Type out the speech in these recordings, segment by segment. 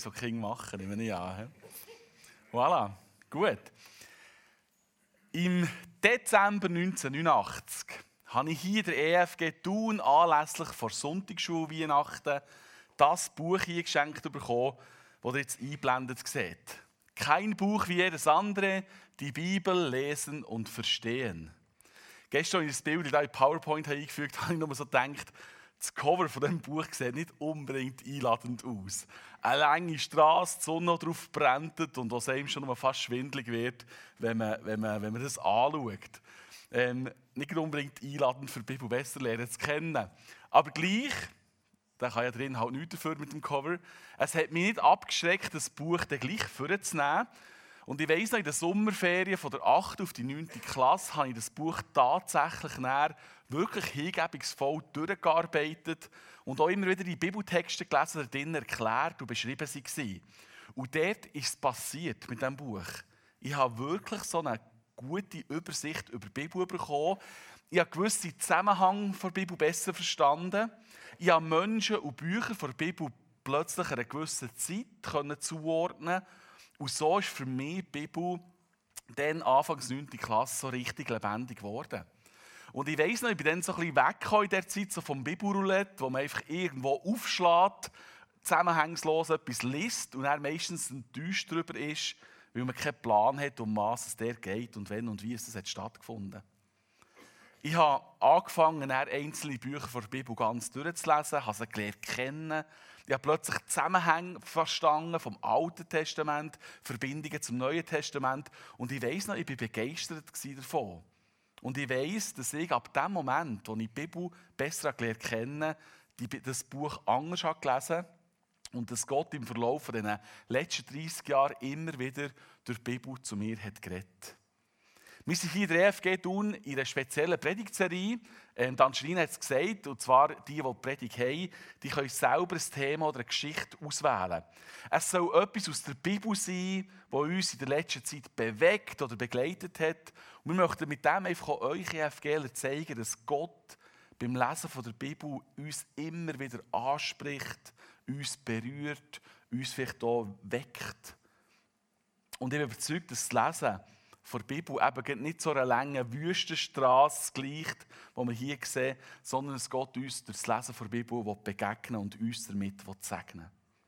etwas, was Kinder machen, nehme ich an. Voilà, gut. Im Dezember 1989 habe ich hier der EFG Thun anlässlich vor Sonntagsschule Weihnachten das Buch hier geschenkt bekommen, das ihr jetzt eingeblendet seht. Kein Buch wie jedes andere, die Bibel lesen und verstehen. Gestern, als ich das Bild in PowerPoint eingefügt habe, habe ich nur so gedacht, das Cover von diesem Buch sieht nicht unbedingt einladend aus. Eine lange Straße, die Sonne drauf brennt und was einem schon fast schwindelig wird, wenn man das anschaut. Nicht unbedingt einladend für die Bibel besser lernen zu kennen. Aber gleich, da kann ja drin halt nichts dafür mit dem Cover, es hat mich nicht abgeschreckt, das Buch dann gleich vorzunehmen. Und ich weiss noch, in den Sommerferien von der 8. auf die 9. Klasse habe ich das Buch tatsächlich wirklich hingebungsvoll durchgearbeitet und auch immer wieder die Bibeltexte gelesen, die darin erklärt und beschrieben waren. Und dort ist es passiert mit diesem Buch. Ich habe wirklich so eine gute Übersicht über die Bibel bekommen. Ich habe gewisse Zusammenhänge der Bibel besser verstanden. Ich habe Menschen und Bücher der Bibel plötzlich einer gewissen Zeit zuordnen. Und so ist für mich die Bibel dann Anfangs 9. Klasse so richtig lebendig geworden. Und ich weiss noch, ich bin dann so ein bisschen weggekommen in der Zeit so vom Bibelroulette, wo man einfach irgendwo aufschlägt, zusammenhangslos etwas liest und dann meistens enttäuscht darüber ist, weil man keinen Plan hat, um was es der geht und wenn und wie es hat stattgefunden. Ich habe angefangen, einzelne Bücher der Bibel ganz durchzulesen, habe sie gelernt kennen. Ich habe plötzlich Zusammenhänge verstanden vom Alten Testament, Verbindungen zum Neuen Testament. Und ich weiss noch, ich war begeistert davon. Und ich weiss, dass ich ab dem Moment, wo ich die Bibel besser gelernt kennen, das Buch anders gelesen habe und dass Gott im Verlauf dieser letzten 30 Jahre immer wieder durch die Bibel zu mir hat geredet. Wir sind hier in der EFG Thun in einer speziellen Predigtserie. Angelina hat es gesagt, und zwar die Predigt haben, die können selber ein Thema oder eine Geschichte auswählen. Es soll etwas aus der Bibel sein, das uns in der letzten Zeit bewegt oder begleitet hat. Und wir möchten mit dem einfach auch euch EFGler zeigen, dass Gott beim Lesen von der Bibel uns immer wieder anspricht, uns berührt, uns vielleicht auch weckt. Und ich bin überzeugt, dass das Lesen von der Bibel eben nicht so eine lange Wüstenstrasse gleicht, die wir hier sehen, sondern dass Gott uns durch das Lesen der Bibel begegnen und uns damit segnen.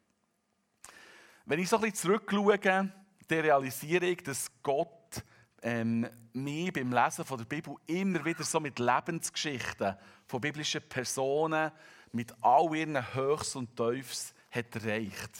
Wenn ich so ein bisschen zurückschaue, dann realisiere ich, dass Gott mich beim Lesen von der Bibel immer wieder so mit Lebensgeschichten von biblischen Personen, mit all ihren Höchst und Tiefs hat erreicht.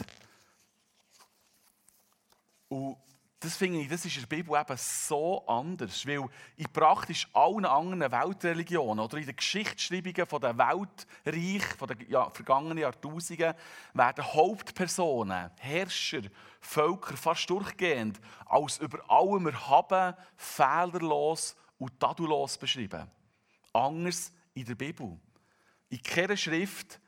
Und das finde ich, das ist in der Bibel eben so anders, weil in praktisch allen anderen Weltreligionen oder in den Geschichtsschreibungen der Weltreiche, von den vergangenen Jahrtausenden, werden Hauptpersonen, Herrscher, Völker fast durchgehend als über allem erhaben, fehlerlos und tadellos beschrieben. Anders in der Bibel. In keiner Schrift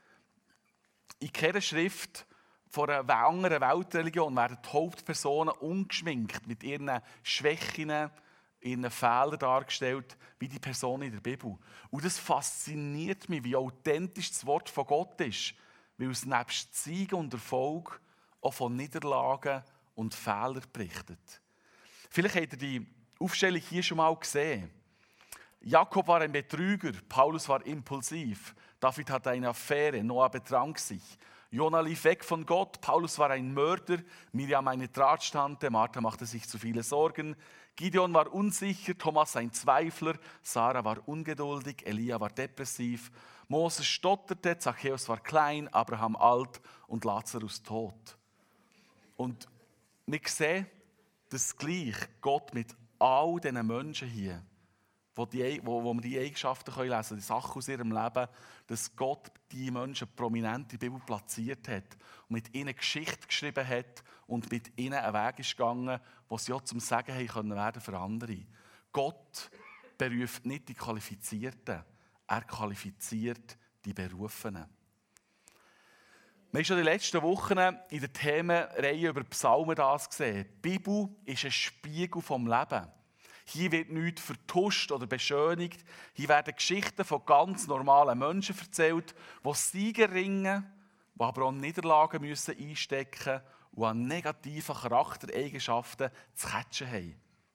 von einer anderen Weltreligion werden die Hauptpersonen ungeschminkt mit ihren Schwächen, ihren Fehlern dargestellt, wie die Personen in der Bibel. Und das fasziniert mich, wie authentisch das Wort von Gott ist, weil es nebst Siegen und Erfolg auch von Niederlagen und Fehlern berichtet. Vielleicht habt ihr die Aufstellung hier schon mal gesehen. Jakob war ein Betrüger, Paulus war impulsiv, David hatte eine Affäre, Noah betrank sich. Jona lief weg von Gott, Paulus war ein Mörder, Miriam eine Drahtstante, Martha machte sich zu viele Sorgen, Gideon war unsicher, Thomas ein Zweifler, Sarah war ungeduldig, Elia war depressiv, Moses stotterte, Zachäus war klein, Abraham alt und Lazarus tot. Und wir sehen das gleich, Gott mit all diesen Menschen hier, wo wir die Eigenschaften lesen können, die Sachen aus ihrem Leben, dass Gott die Menschen prominent in der Bibel platziert hat und mit ihnen Geschichte geschrieben hat und mit ihnen einen Weg ist gegangen, wo sie auch zum Segen haben werden für andere. Gott beruft nicht die Qualifizierten, er qualifiziert die Berufenen. Wir haben schon in den letzten Wochen in der Themenreihe über Psalmen das gesehen. Die Bibel ist ein Spiegel vom Leben. Hier wird nichts vertuscht oder beschönigt. Hier werden Geschichten von ganz normalen Menschen erzählt, die Siege ringen, die aber auch Niederlagen müssen einstecken und an negativen Charaktereigenschaften zu catchen haben.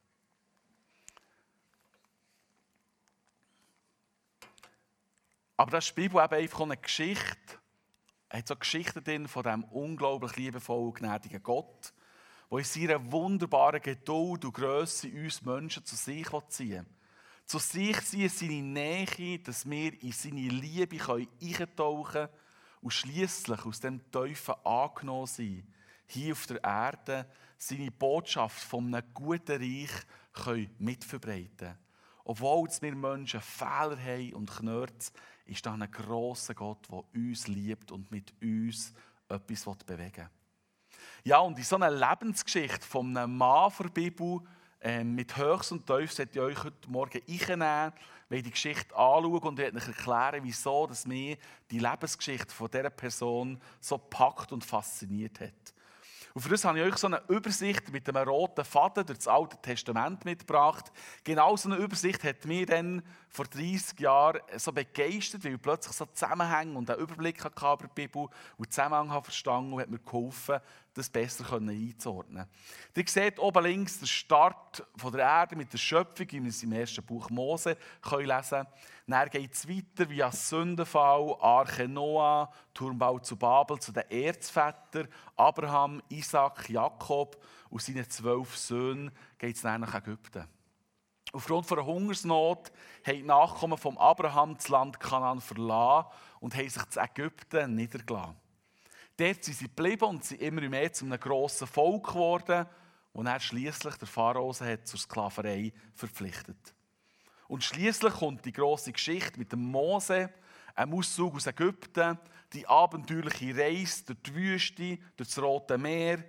Aber das ist die Bibel eben einfach eine Geschichte. Es hat so Geschichten drin von diesem unglaublich liebevollen, gnädigen Gott, der in seiner wunderbaren Geduld und Grösse uns Menschen zu sich ziehen will. Zu sich ziehen, seine Nähe, dass wir in seine Liebe eintauchen können und schliesslich aus dem Tiefen angenommen sein, hier auf der Erde seine Botschaft von einem guten Reich mitverbreiten können. Obwohl wir Menschen Fehler haben und Knörz, ist da ein grosser Gott, der uns liebt und mit uns etwas bewegen will. Ja, und in so einer Lebensgeschichte von einem Mann der Bibel, mit Höchst und Tiefs, sollte ich euch heute Morgen einnehmen, weil ich die Geschichte anschauen und ich werde euch erklären, wieso dass mich die Lebensgeschichte von dieser Person so gepackt und fasziniert hat. Und für das habe ich euch so eine Übersicht mit einem roten Faden durch das Alte Testament mitgebracht. Genau so eine Übersicht hat mich dann vor 30 Jahren so begeistert, weil ich plötzlich so Zusammenhänge und einen Überblick hatte über die Bibel und Zusammenhang verstanden und hat mir geholfen, das besser einzuordnen. Ihr seht oben links den Start von der Erde mit der Schöpfung, wie wir es im ersten Buch Mose lesen können. Dann geht es weiter via Sündenfall, Arche Noah, Turmbau zu Babel, zu den Erzvätern, Abraham, Isaac, Jakob und seinen 12 Söhnen geht es dann nach Ägypten. Aufgrund einer Hungersnot haben die Nachkommen von Abraham das Land Kanaan verlassen und haben sich zu Ägypten niedergelassen. Dort sind sie geblieben und sind immer mehr zu einem grossen Volk geworden, und er schliesslich der Pharao hat zur Sklaverei verpflichtet. Und schliesslich kommt die grosse Geschichte mit dem Mose, einem Auszug aus Ägypten, die abenteuerliche Reise durch die Wüste, durch das Rote Meer,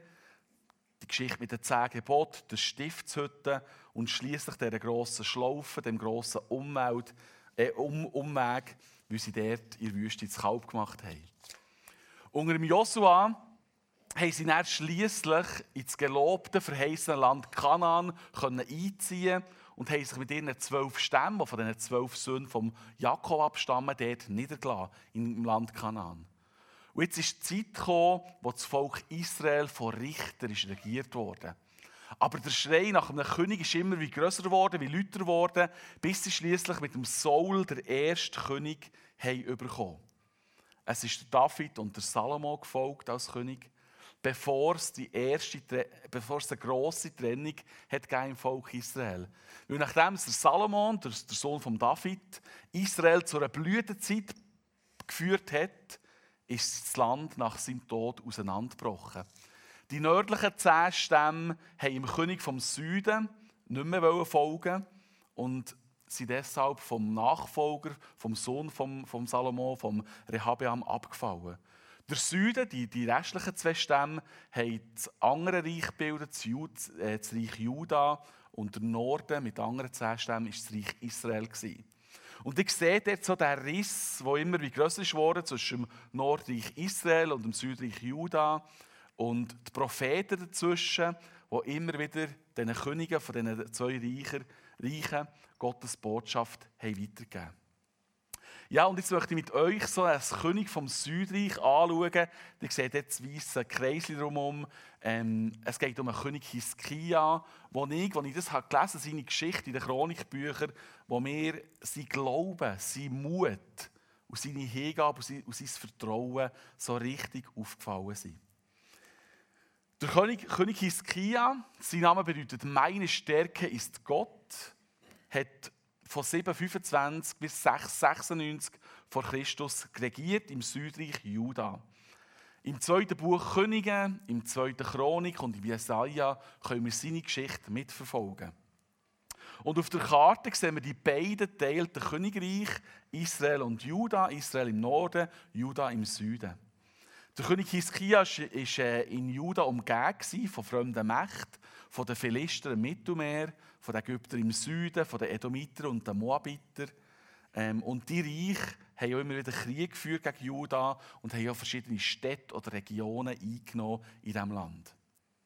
die Geschichte mit den 10 Geboten, der Stiftshütte und schliesslich dieser grossen Schlaufe, dem grossen Umweg, weil sie dort in der Wüste das Kalb gemacht haben. Unter dem Josua haben sie dann schliesslich ins gelobte, verheißene Land Kanaan einziehen und haben sich mit ihren 12 Stämmen, die von diesen 12 Söhnen von Jakob abstammen, dort niedergelassen im Land Kanaan. Und jetzt ist die Zeit gekommen, wo das Volk Israel von Richtern regiert wurde. Aber der Schrei nach einem König ist immer wie grösser geworden, wie lauter geworden, bis sie schliesslich mit dem Saul, der erste König, bekommen. Es ist der David und der Salomo gefolgt als König, bevor es eine grosse Trennung hat im Volk Israel. Weil nachdem der Salomo, der Sohn von David, Israel zu einer Blütezeit geführt hat, ist das Land nach seinem Tod auseinandergebrochen. Die nördlichen 10 Stämme haben dem König vom Süden nicht mehr folgen und sind deshalb vom Nachfolger, vom Sohn vom Salomo, vom Rehabeam, abgefallen. Der Süden, die restlichen 2 Stämme, haben das andere Reich gebildet, das Reich Juda, und der Norden mit anderen 10 Stämmen war das Reich Israel. Und ich sehe dort so den Riss, der immer wie grösser wurde zwischen dem Nordreich Israel und dem Südreich Juda und die Propheten dazwischen, die immer wieder den Königen von diesen 2 Reichen Gottes Botschaft weitergegeben haben. Ja, und jetzt möchte ich mit euch so als König vom Südreich anschauen. Ihr seht jetzt das weisse Kreisli drumherum. Es geht um den König Hiskia, wo ich das gelesen habe, seine Geschichte in den Chronikbüchern, wo mir sein Glauben, sein Mut und seine Hingabe und sein Vertrauen so richtig aufgefallen sind. Der König Hiskia, sein Name bedeutet «Meine Stärke ist Gott», hat von 725 bis 696 vor Christus regiert im Südreich Juda. Im 2. Buch Könige, im 2. Chronik und im Jesaja können wir seine Geschichte mitverfolgen. Und auf der Karte sehen wir die beiden geteilten Königreiche, Israel und Juda, Israel im Norden, Juda im Süden. Der König Hiskia war in Juda umgeben von fremden Mächten, von den Philistern im Mittelmeer, von den Ägyptern im Süden, von den Edomitern und den Moabitern. Und die Reiche haben auch immer wieder Krieg geführt gegen Juda und haben auch verschiedene Städte oder Regionen eingenommen in diesem Land.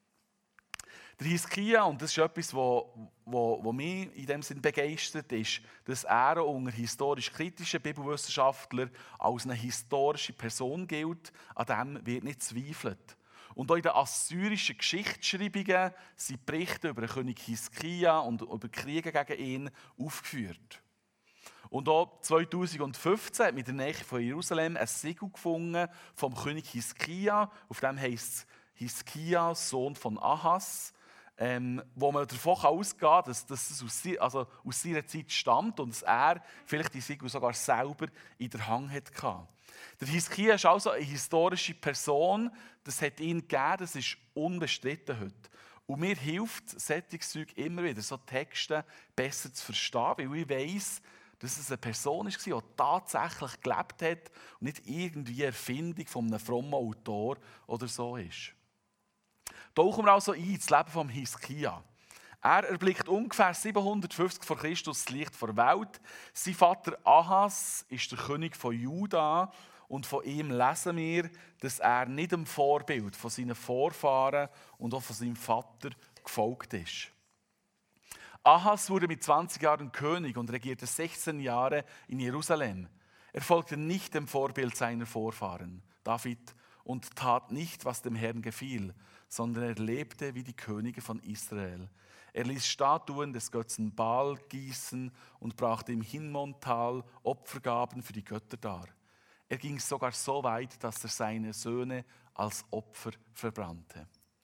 Der Hiskia, und das ist etwas, was mich in dem Sinn begeistert, ist, dass er unter historisch-kritischen Bibelwissenschaftlern als eine historische Person gilt, an dem wird nicht zweifelt. Und auch in den assyrischen Geschichtsschreibungen sind Berichte über den König Hiskia und über Kriege gegen ihn aufgeführt. Und auch 2015 hat man in der Nähe von Jerusalem ein Siegel gefunden vom König Hiskia. Auf dem heisst es Hiskia, Sohn von Ahas, wo man davon ausgehen kann, dass es aus seiner Zeit stammt und dass er vielleicht die Siegel sogar selber in der Hand hatte. Der Hiskia ist also eine historische Person, das hat ihn gegeben, das ist unbestritten heute. Und mir hilft solches Zeug immer wieder, so Texte besser zu verstehen, weil ich weiss, dass es eine Person war, die tatsächlich gelebt hat und nicht irgendwie eine Erfindung von einem frommen Autor oder so ist. Tauchen wir also ein ins Leben von Hiskia. Er erblickt ungefähr 750 vor Christus das Licht der Welt. Sein Vater Ahas ist der König von Juda und von ihm lesen wir, dass er nicht dem Vorbild von seinen Vorfahren und auch von seinem Vater gefolgt ist. Ahas wurde mit 20 Jahren König und regierte 16 Jahre in Jerusalem. Er folgte nicht dem Vorbild seiner Vorfahren, David, und tat nicht, was dem Herrn gefiel, sondern er lebte wie die Könige von Israel. Er ließ Statuen des Götzen Baal gießen und brachte im Hinnomtal Opfergaben für die Götter dar. Er ging sogar so weit, dass er seine Söhne als Opfer verbrannte.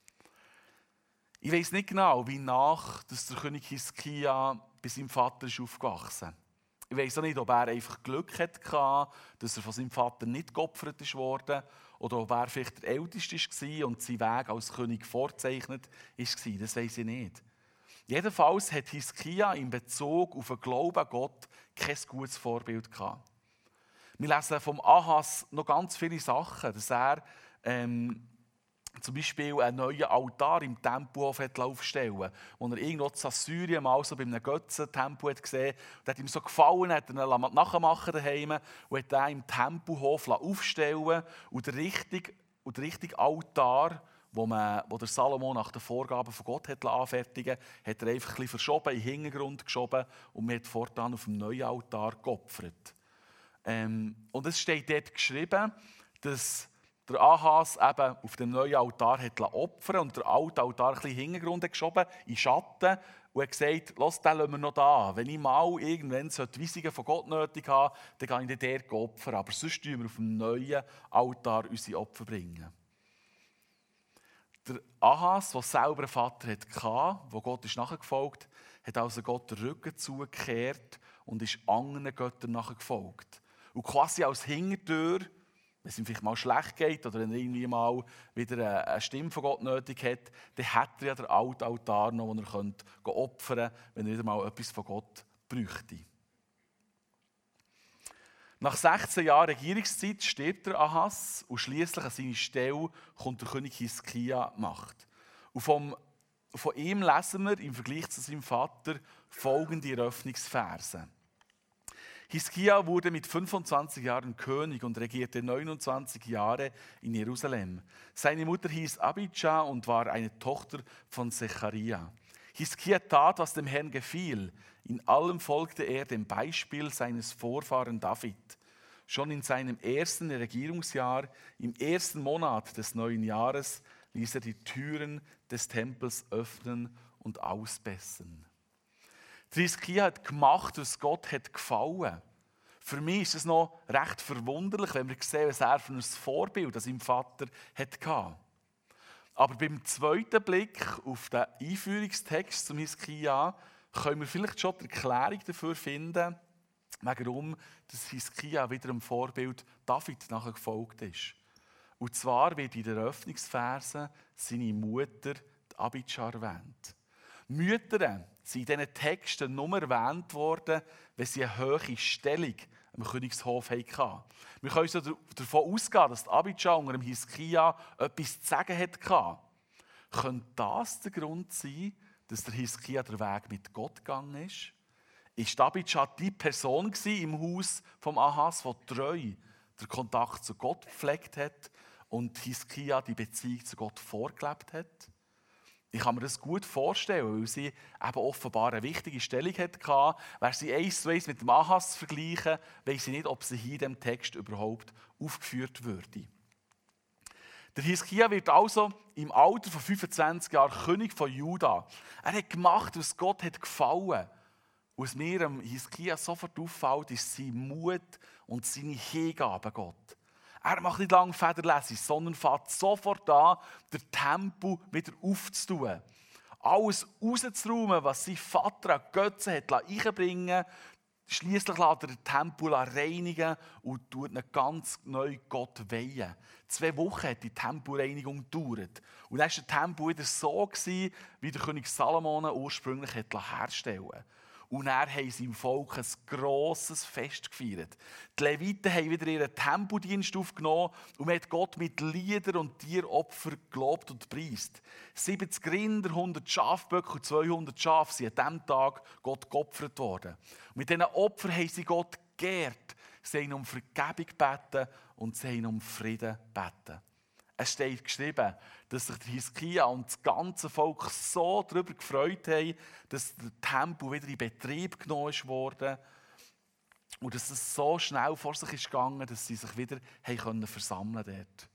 Ich weiss nicht genau, wie nach dass der König Hiskia bei seinem Vater ist aufgewachsen ist. Ich weiss auch nicht, ob er einfach Glück hatte, dass er von seinem Vater nicht geopfert wurde, oder ob er vielleicht der Älteste war und sein Weg als König vorzeichnet war. Das weiss ich nicht. Jedenfalls hat Hiskia in Bezug auf den Glauben an Gott kein gutes Vorbild gehabt. Wir lesen vom Ahas noch ganz viele Sachen, dass er zum Beispiel einen neuen Altar im Tempelhof aufstellen wollte, wo er irgendwo in Assyrien mal so bei einem Götzentempel gesehen hat. Das hat ihm so gefallen, hat er ihn nachmachen daheim und hat ihn im Tempelhof aufstellen und der richtige Altar, wo der Salomo nach den Vorgaben von Gott hat anfertigen liess, hat er einfach ein bisschen verschoben, in den Hintergrund geschoben und man hat fortan auf dem neuen Altar geopfert. Und es steht dort geschrieben, dass der Ahas eben auf dem neuen Altar hat opfern und der alte Altar ein bisschen in den Hintergrund geschoben, in Schatten, und hat gesagt, «Lass, den lassen wir noch da. Wenn ich mal irgendwann Weisungen von Gott nötig habe, dann kann ich den dort opfern. Aber sonst bringen wir auf dem neuen Altar unsere Opfer bringen.» Der Ahas, der selber einen Vater hatte, wo Gott ist nachgefolgt, hat also Gott den Rücken zugekehrt und ist anderen Göttern nachgefolgt. Und quasi als Hintertür, wenn es ihm vielleicht mal schlecht geht oder wenn er irgendwie mal wieder eine Stimme von Gott nötig hat, dann hat er ja den alten Altar noch, den er opfern könnte, wenn er wieder mal etwas von Gott bräuchte. Nach 16 Jahren Regierungszeit stirbt der Ahas und schliesslich an seine Stelle kommt der König Hiskia an die Macht. Und von ihm lesen wir im Vergleich zu seinem Vater folgende Eröffnungsverse. Hiskia wurde mit 25 Jahren König und regierte 29 Jahre in Jerusalem. Seine Mutter hieß Abijah und war eine Tochter von Secharia. Hiskia tat, was dem Herrn gefiel. In allem folgte er dem Beispiel seines Vorfahren David. Schon in seinem ersten Regierungsjahr, im ersten Monat des neuen Jahres, ließ er die Türen des Tempels öffnen und ausbessern. Hiskia hat gemacht, was Gott hat gefallen. Für mich ist es noch recht verwunderlich, wenn wir sehen, was er für ein Vorbild an seinem Vater hatte. Aber beim zweiten Blick auf den Einführungstext zum Hiskia können wir vielleicht schon die Erklärung dafür finden, warum Hiskia wieder dem Vorbild David nachgefolgt ist. Und zwar wird in den Eröffnungsversen seine Mutter, die Abijah, erwähnt. Mütter sind in diesen Texten nur erwähnt worden, wenn sie eine hohe Stellung am Königshof hatten. Wir können so davon ausgehen, dass die Abijah unter dem Hiskia etwas zu sagen hatte. Könnte das der Grund sein, dass der Hiskia den Weg mit Gott gegangen ist? Ist Abijah die Person im Haus vom Ahas, die treu den Kontakt zu Gott gepflegt hat und Hiskia die Beziehung zu Gott vorgelebt hat? Ich kann mir das gut vorstellen, weil sie eben offenbar eine wichtige Stellung hatte. Wäre sie 1:1 mit dem Ahas zu vergleichen, weiss ich nicht, ob sie hier in diesem Text überhaupt aufgeführt würde. Der Hiskia wird also im Alter von 25 Jahren König von Juda. Er hat gemacht, was Gott hat gefallen. Und was mir am Hiskia sofort auffällt, ist sein Mut und seine Hingabe Gott. Er macht nicht lange Federlesung, sondern fängt sofort an, den Tempel wieder aufzutun. Alles rauszuräumen, was sein Vater an Götzen hat einbringen lassen. Schliesslich lässt er den Tempel reinigen und tut ihn ganz neu Gott weihen. 2 Wochen hat die Tempelreinigung gedauert. Und dann war der Tempel wieder so, wie der König Salomon ursprünglich herstellen wollte. Und dann haben sie im Volk ein grosses Fest gefeiert. Die Leviten haben wieder ihren Tempeldienst aufgenommen und man hat Gott mit Liedern und Tieropfer gelobt und preist. 70 Rinder, 100 Schafböcke und 200 Schafe sind an diesem Tag Gott geopfert worden. Und mit diesen Opfern haben sie Gott geehrt. Sie haben um Vergebung gebeten und sie haben um Frieden gebeten. Es steht geschrieben, dass sich der Hiskia und das ganze Volk so darüber gefreut haben, dass der Tempel wieder in Betrieb genommen wurde und dass es so schnell vor sich ist gegangen, dass sie sich wieder versammeln konnten.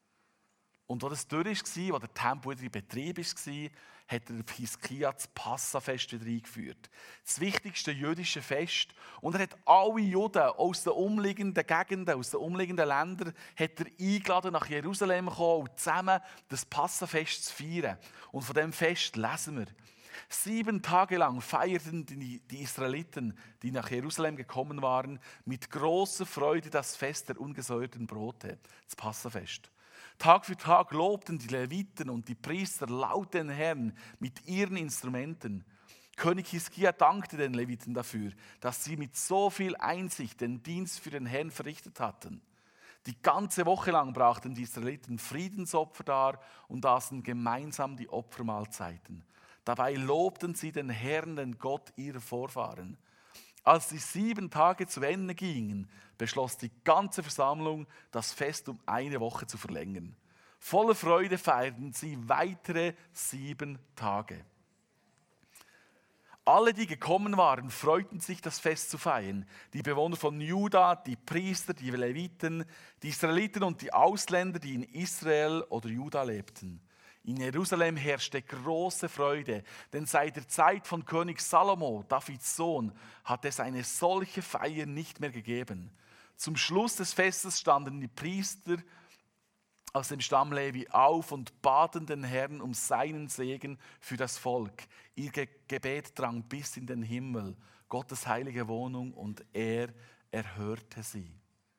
Und als das durch war, als der Tempel wieder in Betrieb war, hat der Hiskia das Passafest wieder eingeführt. Das wichtigste jüdische Fest. Und er hat alle Juden aus den umliegenden Gegenden, aus den umliegenden Ländern, hat er eingeladen, nach Jerusalem zu kommen und zusammen das Passafest zu feiern. Und von diesem Fest lesen wir: 7 Tage lang feierten die Israeliten, die nach Jerusalem gekommen waren, mit großer Freude das Fest der ungesäuerten Brote, das Passafest. Tag für Tag lobten die Leviten und die Priester laut den Herrn mit ihren Instrumenten. König Hiskia dankte den Leviten dafür, dass sie mit so viel Einsicht den Dienst für den Herrn verrichtet hatten. Die ganze Woche lang brachten die Israeliten Friedensopfer dar und aßen gemeinsam die Opfermahlzeiten. Dabei lobten sie den Herrn, den Gott ihrer Vorfahren. Als die 7 Tage zu Ende gingen, beschloss die ganze Versammlung, das Fest um 1 Woche zu verlängern. Voller Freude feierten sie weitere 7 Tage. Alle, die gekommen waren, freuten sich, das Fest zu feiern. Die Bewohner von Juda, die Priester, die Leviten, die Israeliten und die Ausländer, die in Israel oder Juda lebten. In Jerusalem herrschte große Freude, denn seit der Zeit von König Salomo, Davids Sohn, hat es eine solche Feier nicht mehr gegeben. Zum Schluss des Festes standen die Priester aus dem Stamm Levi auf und baten den Herrn um seinen Segen für das Volk. Ihr Gebet drang bis in den Himmel, Gottes heilige Wohnung, und er erhörte sie.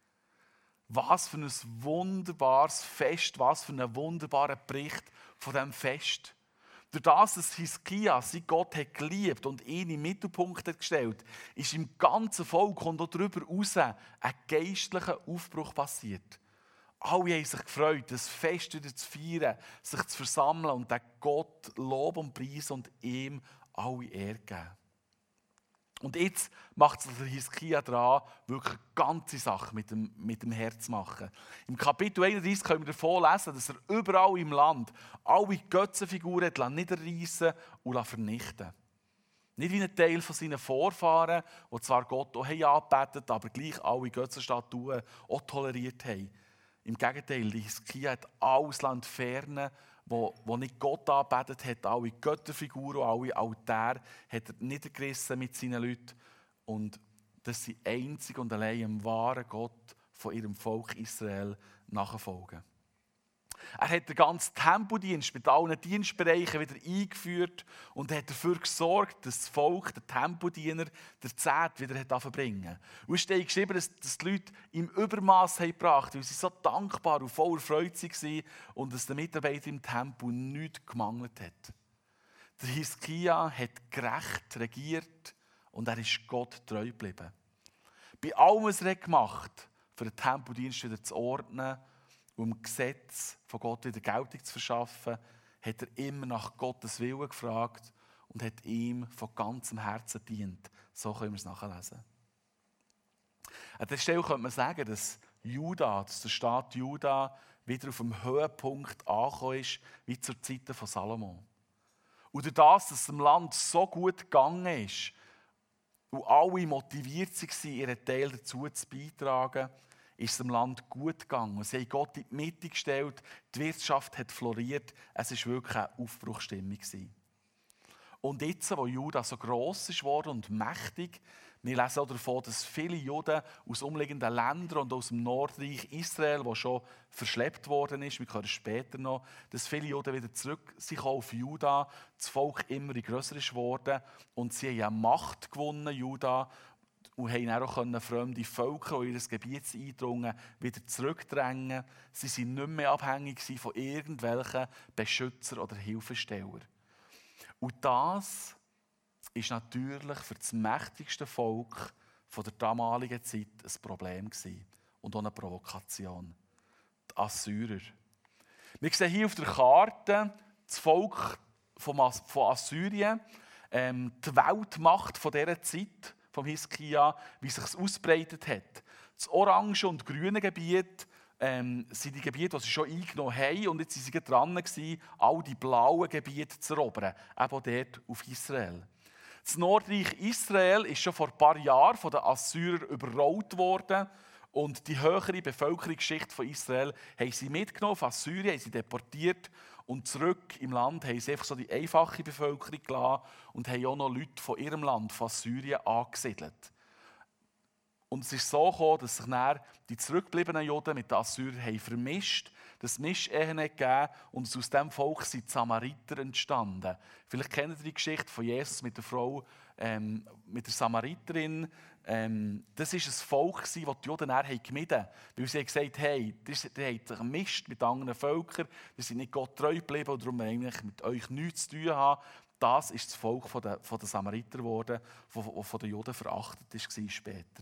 Was für ein wunderbares Fest, was für ein wunderbarer Bericht von diesem Fest. Durch das, dass Hiskia seinen Gott hat geliebt und ihn im Mittelpunkt hat gestellt, ist im ganzen Volk und auch darüber hinaus ein geistlicher Aufbruch passiert. Alle haben sich gefreut, das Fest wieder zu feiern, sich zu versammeln und den Gott Lob und Preis und ihm alle Ehre geben. Und jetzt macht es der Hiskia dran, wirklich eine ganze Sache mit dem Herz zu machen. Im Kapitel 31 können wir davon lesen, dass er überall im Land alle Götzenfiguren niederreissen und vernichten. Nicht wie ein Teil von seinen Vorfahren, die zwar Gott auch angebetet haben, aber gleich alle Götzenstatuen auch toleriert haben. Im Gegenteil, Hiskia hat alles entfernen, wo nicht Gott angebetet hat, alle Götterfiguren, alle Altäre, hat er niedergerissen mit seinen Leuten. Und dass sie einzig und allein dem wahren Gott von ihrem Volk Israel nachfolgen. Er hat den ganzen Tempeldienst mit allen Dienstbereichen wieder eingeführt und hat dafür gesorgt, dass das Volk, der Tempeldiener, der Zehnte wieder verbringen. Und es steht geschrieben, dass die Leute im Übermaß gebracht haben, weil sie so dankbar und voller Freude waren und dass der Mitarbeiter im Tempel nichts gemangelt hat. Der Hiskia hat gerecht regiert und er ist Gott treu geblieben. Bei allem, was er gemacht hat, für den Tempeldienst wieder zu ordnen, um dem Gesetz von Gott wieder Geltung zu verschaffen, hat er immer nach Gottes Willen gefragt und hat ihm von ganzem Herzen gedient. So können wir es nachlesen. An dieser Stelle könnte man sagen, dass der Staat Juda wieder auf dem Höhepunkt angekommen ist, wie zur Zeit von Salomo. Und durch das, dass es dem Land so gut gegangen ist und alle motiviert waren, ihren Teil dazu zu beitragen, ist es dem Land gut gegangen. Sie haben Gott in die Mitte gestellt, die Wirtschaft hat floriert, es war wirklich eine Aufbruchsstimmung. Und jetzt, wo Juda so gross ist worden und mächtig, wir lesen auch davon, dass viele Juden aus umliegenden Ländern und aus dem Nordreich Israel, das schon verschleppt worden ist, wir hören später noch, dass viele Juden wieder zurück sind auf Juda, das Volk immer grösser ist geworden und sie haben eine Macht gewonnen, Juda, und haben auch fremde Völker, die in ihr Gebiet eindrungen, wieder zurückdrängen. Sie waren nicht mehr abhängig von irgendwelchen Beschützern oder Hilfestellern. Und das ist natürlich für das mächtigste Volk der damaligen Zeit ein Problem gewesen und auch eine Provokation. Die Assyrer. Wir sehen hier auf der Karte das Volk von Assyrien, die Weltmacht von dieser Zeit, vom Hiskia, wie sich es ausbreitet hat. Das orange und grüne Gebiet sind die Gebiete, die sie schon eingenommen haben. Und jetzt waren sie dran, all die blauen Gebiete zu erobern, eben dort auf Israel. Das Nordreich Israel ist schon vor ein paar Jahren von den Assyrern überrollt worden. Und die höhere Bevölkerungsschicht von Israel haben sie mitgenommen, von Assyrien, haben sie deportiert. Und zurück im Land haben sie einfach so die einfache Bevölkerung gelassen und haben auch noch Leute von ihrem Land, von Syrien, angesiedelt. Und es ist so gekommen, dass sich dann die zurückgebliebenen Juden mit den Assyrern haben vermischt, dass es Mischehen gegeben und aus diesem Volk sind die Samariter entstanden. Vielleicht kennt ihr die Geschichte von Jesus mit der Frau, mit der Samariterin. Das war ein Volk, das die Juden dann gemieden haben. Weil sie gesagt haben, ihr habt sich gemischt mit anderen Völkern, ihr seid nicht Gott treu geblieben und darum eigentlich mit euch nichts zu tun haben. Das ist das Volk der Samariter geworden, das von den Juden verachtet war später.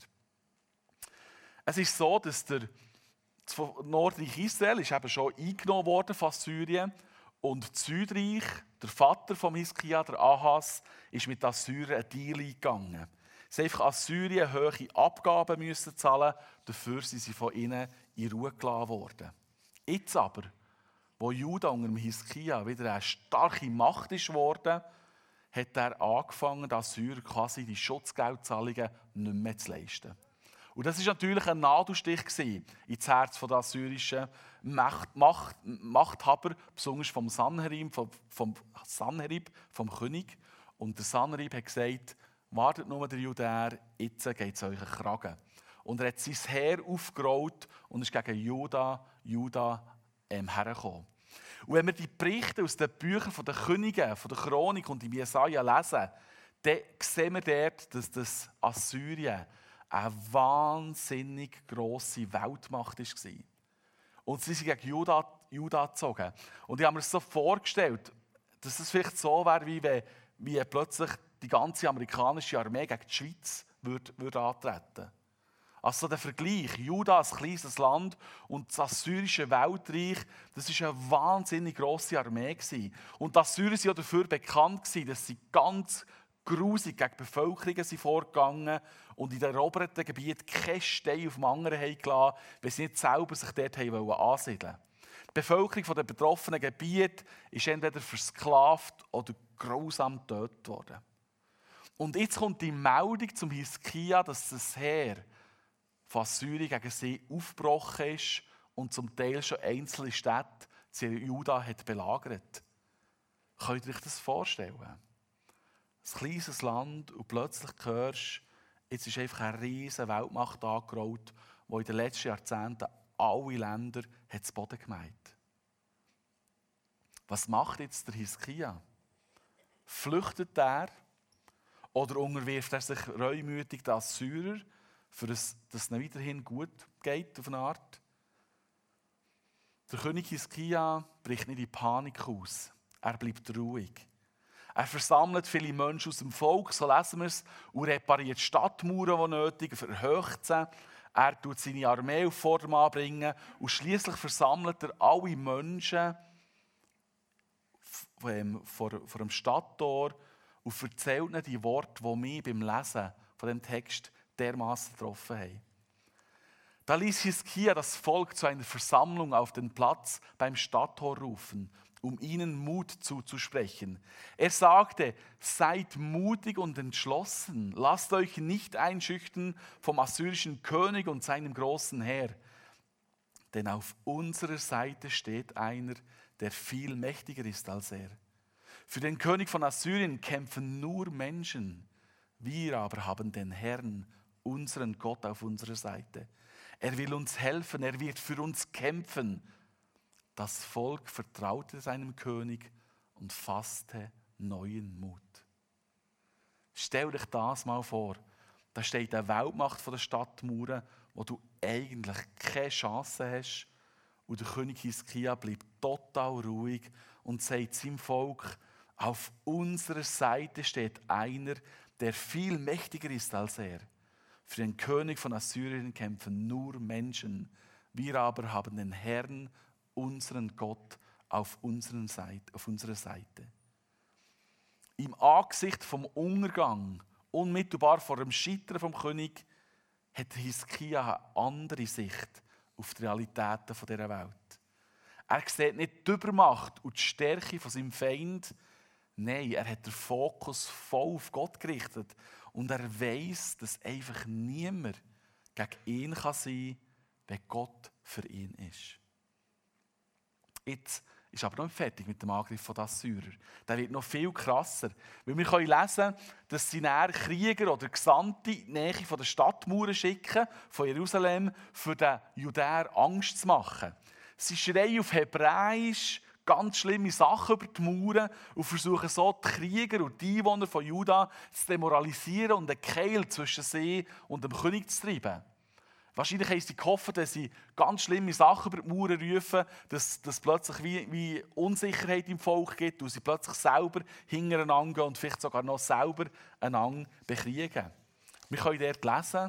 Es ist so, dass das Nordreich Israel ist eben schon eingenommen worden von Syrien und das Südreich, der Vater von Hiskia, der Ahas, ist mit Assyrien einen Deal eingegangen. Sie mussten einfach Assyrien hohe Abgaben zahlen, dafür sind sie von ihnen in Ruhe gelassen worden. Jetzt aber, wo Juda unter dem Hiskia wieder eine starke Macht ist geworden, hat er angefangen, den Assyrern quasi die Schutzgeldzahlungen nicht mehr zu leisten. Und das war natürlich ein Nadelstich ins Herz der assyrischen Machthaber, besonders vom Sanherib, vom König. Und der Sanherib hat gesagt, wartet nur der Judäer, jetzt geht es euch einen Kragen. Und er hat sein Heer aufgerollt und ist gegen Juda hergekommen. Und wenn wir die Berichte aus den Büchern der Könige, von der Chronik und im Jesaja lesen, dann sehen wir dort, dass das Assyrien eine wahnsinnig grosse Weltmacht war. Und sie sind gegen Juda gezogen. Und ich habe mir das so vorgestellt, dass es vielleicht so wäre, wie plötzlich die ganze amerikanische Armee gegen die Schweiz würde antreten. Also der Vergleich, Juda als kleines Land und das assyrische Weltreich, das war eine wahnsinnig grosse Armee. Und die Assyrer waren ja dafür bekannt, dass sie ganz grusig gegen die Bevölkerung vorgegangen und in den eroberten Gebieten keinen Stein auf dem anderen gelassen haben, weil sie nicht selber sich dort ansiedeln wollten. Die Bevölkerung der betroffenen Gebiete ist entweder versklavt oder grausam getötet worden. Und jetzt kommt die Meldung zum Hiskia, dass das Heer von Assyrien gegen sie aufgebrochen ist und zum Teil schon einzelne Städte Juda hat belagert. Könnt ihr euch das vorstellen? Ein kleines Land und plötzlich hörst du, jetzt ist einfach eine riesige Weltmacht angerollt, die in den letzten Jahrzehnten alle Länder zu Boden gemeint. Was macht jetzt der Hiskia? Flüchtet er oder unterwirft er sich reumütig den Assyrer, für dass es ihnen weiterhin gut geht auf eine Art? Der König Hiskia bricht nicht in Panik aus. Er bleibt ruhig. Er versammelt viele Menschen aus dem Volk, so lesen wir es, und repariert Stadtmauern, die nötig, verhöcht sie. Er tut seine Armee auf Vordermann bringen und schliesslich versammelt er alle Menschen vor dem Stadttor und erzählt ihnen die Worte, die mich beim Lesen von dem Text dermaßen getroffen haben. Da ließ Hiskia das Volk zu einer Versammlung auf den Platz beim Stadttor rufen, um ihnen Mut zuzusprechen. Er sagte, seid mutig und entschlossen, lasst euch nicht einschüchtern vom assyrischen König und seinem großen Heer. denn auf unserer Seite steht einer, der viel mächtiger ist als er. Für den König von Assyrien kämpfen nur Menschen. Wir aber haben den Herrn, unseren Gott, auf unserer Seite. Er will uns helfen, er wird für uns kämpfen. Das Volk vertraute seinem König und fasste neuen Mut. Stell dich das mal vor. Da steht eine Weltmacht von der Stadtmauern, wo du eigentlich keine Chance hast. Und der König Hiskia bleibt total ruhig und sagt seinem Volk, auf unserer Seite steht einer, der viel mächtiger ist als er. Für den König von Assyrien kämpfen nur Menschen. Wir aber haben den Herrn, unseren Gott, auf unserer Seite. Im Angesicht vom Untergang, unmittelbar vor dem Scheitern vom König, hat Hiskia eine andere Sicht auf die Realitäten dieser Welt. Er sieht nicht die Übermacht und die Stärke von seinem Feind. Nein, er hat den Fokus voll auf Gott gerichtet. Und er weiss, dass einfach niemand gegen ihn sein kann, wenn Gott für ihn ist. Jetzt ist aber noch nicht fertig mit dem Angriff der Assyrer. Der wird noch viel krasser. Weil wir können lesen, dass sie näher Krieger oder Gesandte in die Nähe von der Stadtmauern schicken, von Jerusalem, für den Judäer Angst zu machen. Sie schreien auf Hebräisch ganz schlimme Sachen über die Mauern und versuchen so die Krieger und die Einwohner von Juda zu demoralisieren und einen Keil zwischen sie und dem König zu treiben. Wahrscheinlich haben sie gehofft, dass sie ganz schlimme Sachen über die Mauern rufen, dass plötzlich wie Unsicherheit im Volk gibt und sie plötzlich selber hintereinander gehen und vielleicht sogar noch selber einander bekriegen. Wir können dort lesen,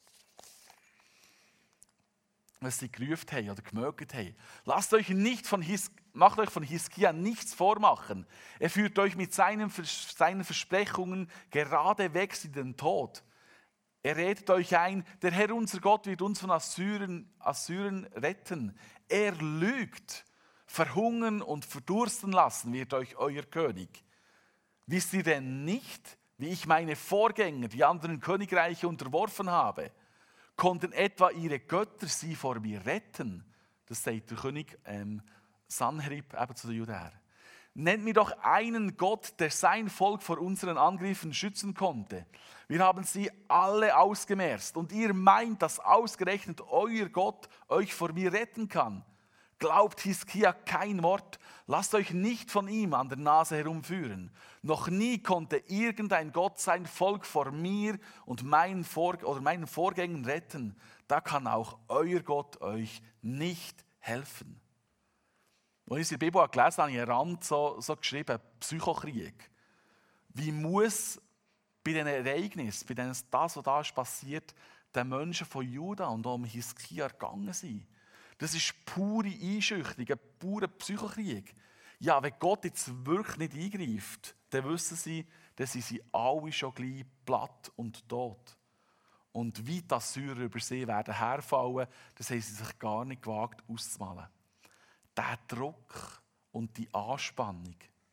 was sie gerufen haben oder gemögt haben. Macht euch von Hiskia nichts vormachen. Er führt euch mit seinen Versprechungen geradewegs in den Tod. Er redet euch ein, der Herr unser Gott wird uns von Assyrern retten. Er lügt. Verhungern und verdursten lassen wird euch euer König. Wisst ihr denn nicht, wie ich meine Vorgänger, die anderen Königreiche, unterworfen habe? Konnten etwa ihre Götter sie vor mir retten? Das sagt der König Sanherib eben zu den Judäern. Nennt mir doch einen Gott, der sein Volk vor unseren Angriffen schützen konnte. Wir haben sie alle ausgemerzt und ihr meint, dass ausgerechnet euer Gott euch vor mir retten kann. Glaubt Hiskia kein Wort, lasst euch nicht von ihm an der Nase herumführen. Noch nie konnte irgendein Gott sein Volk vor mir und meinen Vorgängern retten. Da kann auch euer Gott euch nicht helfen. Als ich in der Bibel gelesen habe, habe ich am Rand so geschrieben, Psychokrieg. Wie muss bei diesen Ereignissen, bei dem, was da ist passiert, den Menschen von Juda und auch um Hiskia gegangen sein? Das ist pure Einschüchterung, ein purer Psychokrieg. Ja, wenn Gott jetzt wirklich nicht eingreift, dann wissen sie, dass sie alle schon gleich platt und tot. Und wie die Assyrer über sie werden herfallen, das haben sie sich gar nicht gewagt auszumalen. Der Druck und die Anspannung.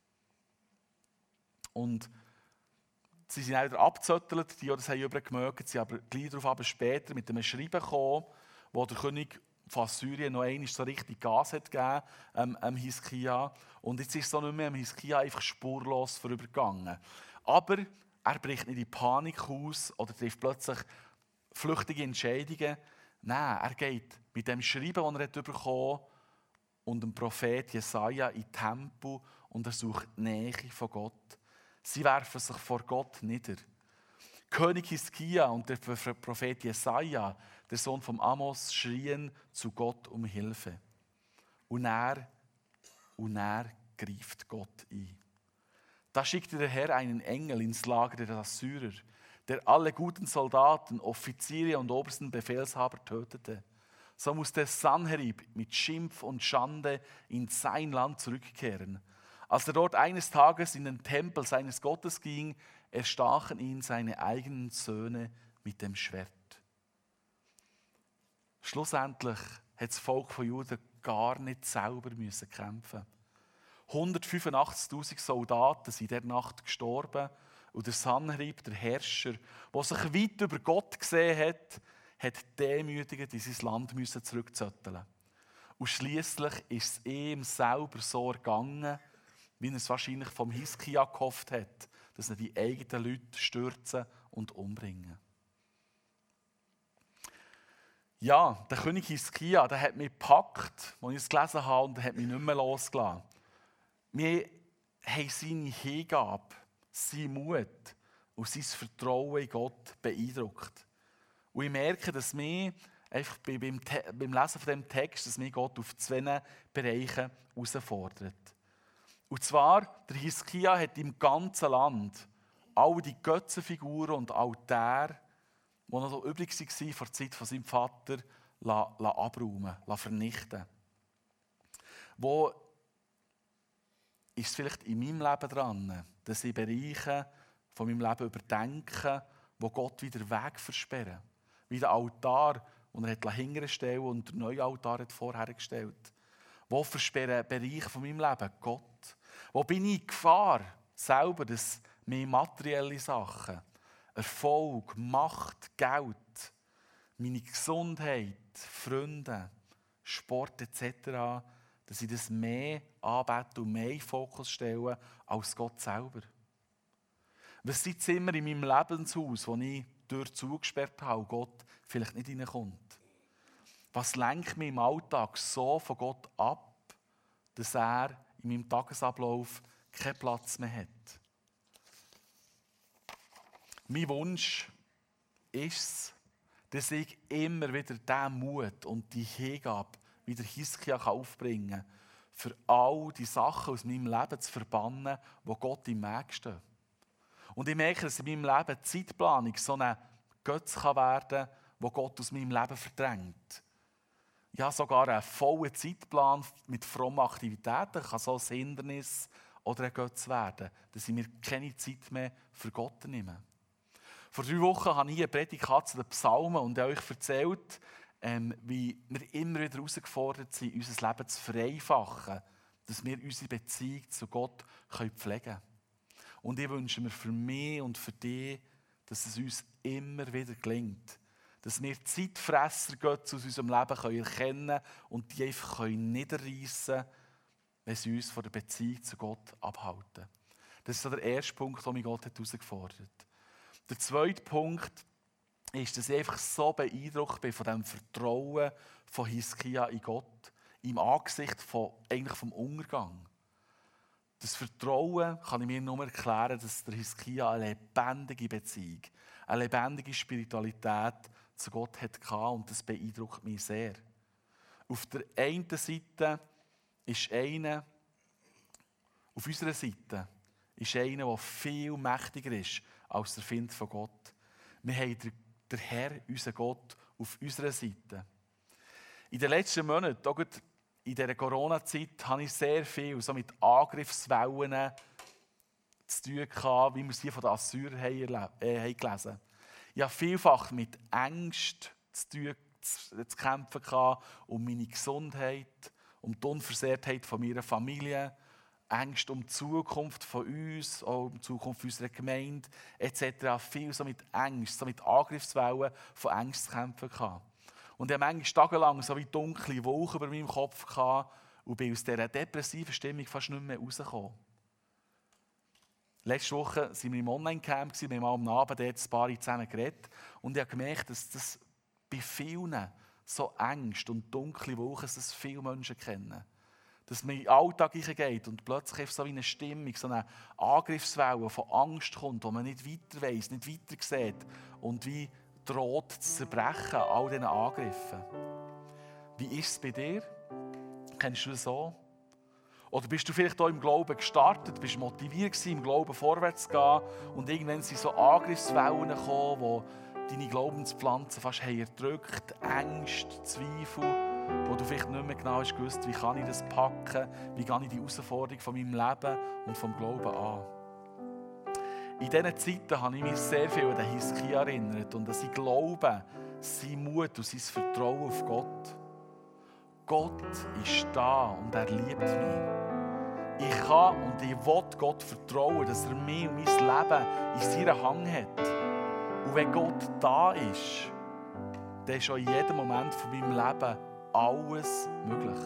Und sie sind auch wieder abgezottelt, die das haben übergemögt, sie aber gleich darauf später mit einem Schreiben gekommen, wo der König von Assyrien noch einmal so richtig Gas hat gegeben, Hiskia. Und jetzt ist es so nicht mehr Hiskia einfach spurlos vorübergegangen. Aber er bricht nicht in Panik aus oder trifft plötzlich flüchtige Entscheidungen. Nein, er geht mit dem Schreiben, das er bekommen hat, und dem Prophet Jesaja in den Tempel und er sucht die Nähe von Gott. Sie werfen sich vor Gott nieder. König Hiskia und der Prophet Jesaja, der Sohn von Amos, schrien zu Gott um Hilfe. Und er greift Gott ein. Da schickte der Herr einen Engel ins Lager der Assyrer, der alle guten Soldaten, Offiziere und obersten Befehlshaber tötete. So musste Sanherib mit Schimpf und Schande in sein Land zurückkehren. Als er dort eines Tages in den Tempel seines Gottes ging, erstachen ihn seine eigenen Söhne mit dem Schwert. Schlussendlich hat das Volk von Juda gar nicht selber kämpfen. 185.000 Soldaten sind in dieser Nacht gestorben und der Sanherib, der Herrscher, der sich weit über Gott gesehen hat, demütigend in sein Land zurückzötteln. Und schliesslich ist es ihm selber so ergangen, wie er es wahrscheinlich vom Hiskia gehofft hat, dass er die eigenen Leute stürzen und umbringen. Ja, der König Hiskia, der hat mich gepackt, als ich es gelesen habe, und er hat mich nicht mehr losgelassen. Wir haben seine Hingabe, seinen Mut und sein Vertrauen in Gott beeindruckt. Und ich merke, dass mich einfach beim Lesen von diesem Text, dass mich Gott auf 2 Bereichen herausfordert. Und zwar, der Hiskia hat im ganzen Land all die Götzenfiguren und Altäre, die noch so übrig waren vor der Zeit von seinem Vater, abräumen, vernichten. Wo ist es vielleicht in meinem Leben dran, dass ich Bereiche von meinem Leben überdenke, wo Gott wieder Weg versperren? Wie der Altar, den er hinterstellen und der neue Altar hat vorhergestellt. Wo versperren Bereiche von meinem Leben Gott? Wo bin ich in Gefahr, selber, dass mir materielle Sachen, Erfolg, Macht, Geld, meine Gesundheit, Freunde, Sport etc., dass ich das mehr anbete und mehr in den Fokus stelle als Gott selber? Was sind Zimmer in meinem Lebenshaus, wo ich durch zugesperrt habe und Gott vielleicht nicht reinkommt? Was lenkt mich im Alltag so von Gott ab, dass er in meinem Tagesablauf keinen Platz mehr hat? Mein Wunsch ist es, dass ich immer wieder diesen Mut und die Hingabe wieder Hiskia aufbringen kann, für all die Sachen aus meinem Leben zu verbannen, wo Gott im Weg stehen. Und ich merke, dass in meinem Leben die Zeitplanung so ein Götz werden kann, wo Gott aus meinem Leben verdrängt. Ja, sogar einen vollen Zeitplan mit frommen Aktivitäten kann so ein Hindernis oder ein Götz werden, dass ich mir keine Zeit mehr für Gott nehme. Vor 3 Wochen habe ich eine Predigt zu den Psalmen und habe euch erzählt, wie wir immer wieder herausgefordert sind, unser Leben zu vereinfachen, dass wir unsere Beziehung zu Gott pflegen können. Und ich wünsche mir für mich und für dich, dass es uns immer wieder gelingt, dass wir Zeitfresser Götze aus unserem Leben erkennen können und die einfach niederreissen können, wenn sie uns von der Beziehung zu Gott abhalten. Das ist so der erste Punkt, den mich Gott herausgefordert hat. Der zweite Punkt ist, dass ich einfach so beeindruckt bin von dem Vertrauen von Hiskia in Gott im Angesicht vom Untergang. Das Vertrauen kann ich mir nur erklären, dass der Hiskia eine lebendige Beziehung, eine lebendige Spiritualität zu Gott hatte und das beeindruckt mich sehr. Auf der einen Seite ist einer, auf unserer Seite ist einer, der viel mächtiger ist als der Find von Gott. Wir haben den Herr, unseren Gott, auf unserer Seite. In den letzten Monaten, auch in dieser Corona-Zeit, habe ich sehr viel so mit Angriffswellen zu tun gehabt, wie wir sie von den Assyrern haben gelesen. Ich habe vielfach mit Ängsten zu kämpfen gehabt, um meine Gesundheit, um die Unversehrtheit von meiner Familie, Ängste um die Zukunft von uns, auch um die Zukunft unserer Gemeinde etc. Viel so mit Ängsten, so mit Angriffswellen von Ängsten zu kämpfen gehabt. Und ich habe manchmal tagelang so wie dunkle Wolken über meinem Kopf gehabt und bin aus dieser depressiven Stimmung fast nicht mehr rausgekommen. Letzte Woche waren wir im Online-Camp, wir haben mal am Abend dort ein paar zusammen geredet und ich habe gemerkt, dass das bei vielen so Ängste und dunkle Wolken, dass das viele Menschen kennen. Dass man in den Alltag hineingeht und plötzlich so wie eine Stimmung, so eine Angriffswelle von Angst kommt, wo man nicht weiter weiss, nicht weiter sieht und wie droht zu zerbrechen, all diesen Angriffen. Wie ist es bei dir? Kennst du das so? Oder bist du vielleicht auch im Glauben gestartet, bist motiviert gewesen, im Glauben vorwärts zu gehen und irgendwann sind so Angriffswellen gekommen, die deine Glaubenspflanzen fast haben erdrückt, Ängste, Zweifel, wo du vielleicht nicht mehr genau hast gewusst, wie kann ich das packen, wie gehe ich die Herausforderung von meinem Leben und vom Glauben an. In diesen Zeiten habe ich mich sehr viel an den Hiskia erinnert und an sein Glauben, sein Mut und sein Vertrauen auf Gott. Gott ist da und er liebt mich. Ich kann und ich will Gott vertrauen, dass er mich und mein Leben in seiner Hand hat. Und wenn Gott da ist, dann ist auch in jedem Moment von meinem Leben alles möglich.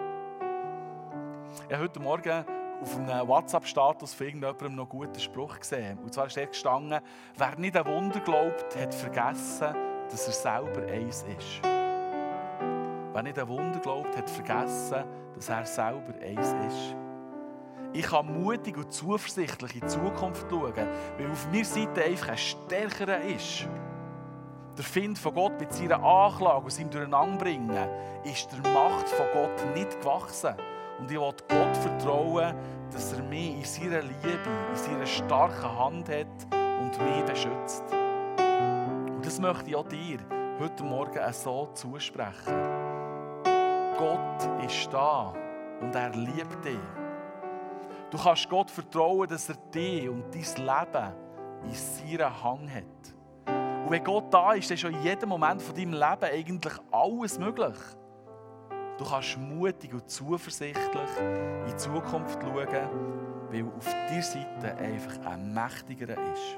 Ich habe heute Morgen auf einem WhatsApp-Status von irgendjemandem noch einen guten Spruch gesehen. Und zwar ist dort gestanden, wer nicht an Wunder glaubt, hat vergessen, dass er selber eins ist. Wer nicht an Wunder glaubt, hat vergessen, dass er selber eins ist. Ich kann mutig und zuversichtlich in die Zukunft schauen, weil auf meiner Seite einfach ein Stärkerer ist. Der Find von Gott mit seiner Anklage und seinem Durcheinanderbringen ist der Macht von Gott nicht gewachsen. Und ich will Gott vertrauen, dass er mich in seiner Liebe, in seiner starken Hand hat und mich beschützt. Und das möchte ich auch dir heute Morgen so zusprechen. Gott ist da und er liebt dich. Du kannst Gott vertrauen, dass er dich und dein Leben in seiner Hand hat. Und wenn Gott da ist, dann ist schon in jedem Moment von deinem Leben eigentlich alles möglich. Du kannst mutig und zuversichtlich in die Zukunft schauen, weil auf deiner Seite einfach ein Mächtigerer ist.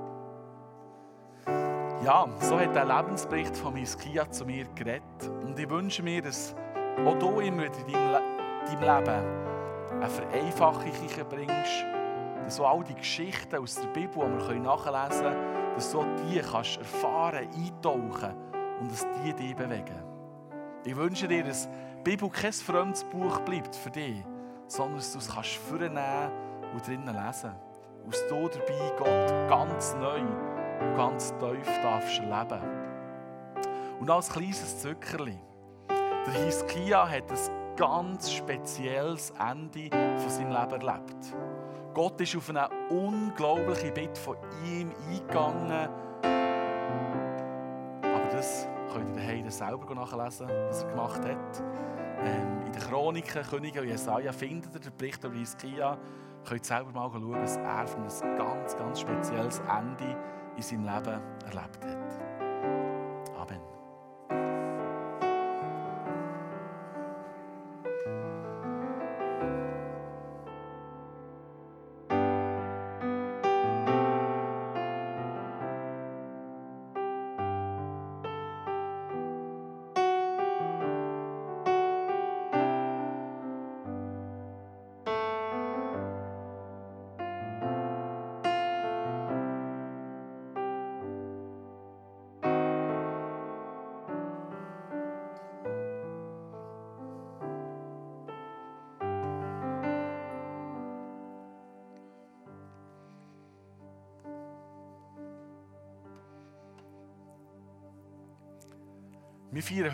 Ja, so hat der Lebensbericht von Hiskia zu mir geredet. Und ich wünsche mir, dass auch du immer in deinem Leben eine Vereinfachung bringst, dass du all die Geschichten aus der Bibel, die wir nachlesen können, dass du die kannst erfahren, eintauchen und dass die dich bewegen. Ich wünsche dir, dass die Bibel kein fremdes Buch bleibt für dich, sondern dass du es vornehmen und drinnen lesen kannst. Und dass du dabei Gott ganz neu und ganz tief darfst erleben. Und als kleines Zückerli, der Hiskia hat ein ganz spezielles Ende von seinem Leben erlebt. Gott ist auf eine unglaubliche Bitte von ihm eingegangen. Aber das könnt ihr daheim selber nachlesen, was er gemacht hat. In den Chroniken, Könige und Jesaja findet ihr den Bericht über Hiskia. Ihr könnt selber mal schauen, was er für ein ganz, ganz spezielles Ende in seinem Leben erlebt hat. Amen. Wir feiern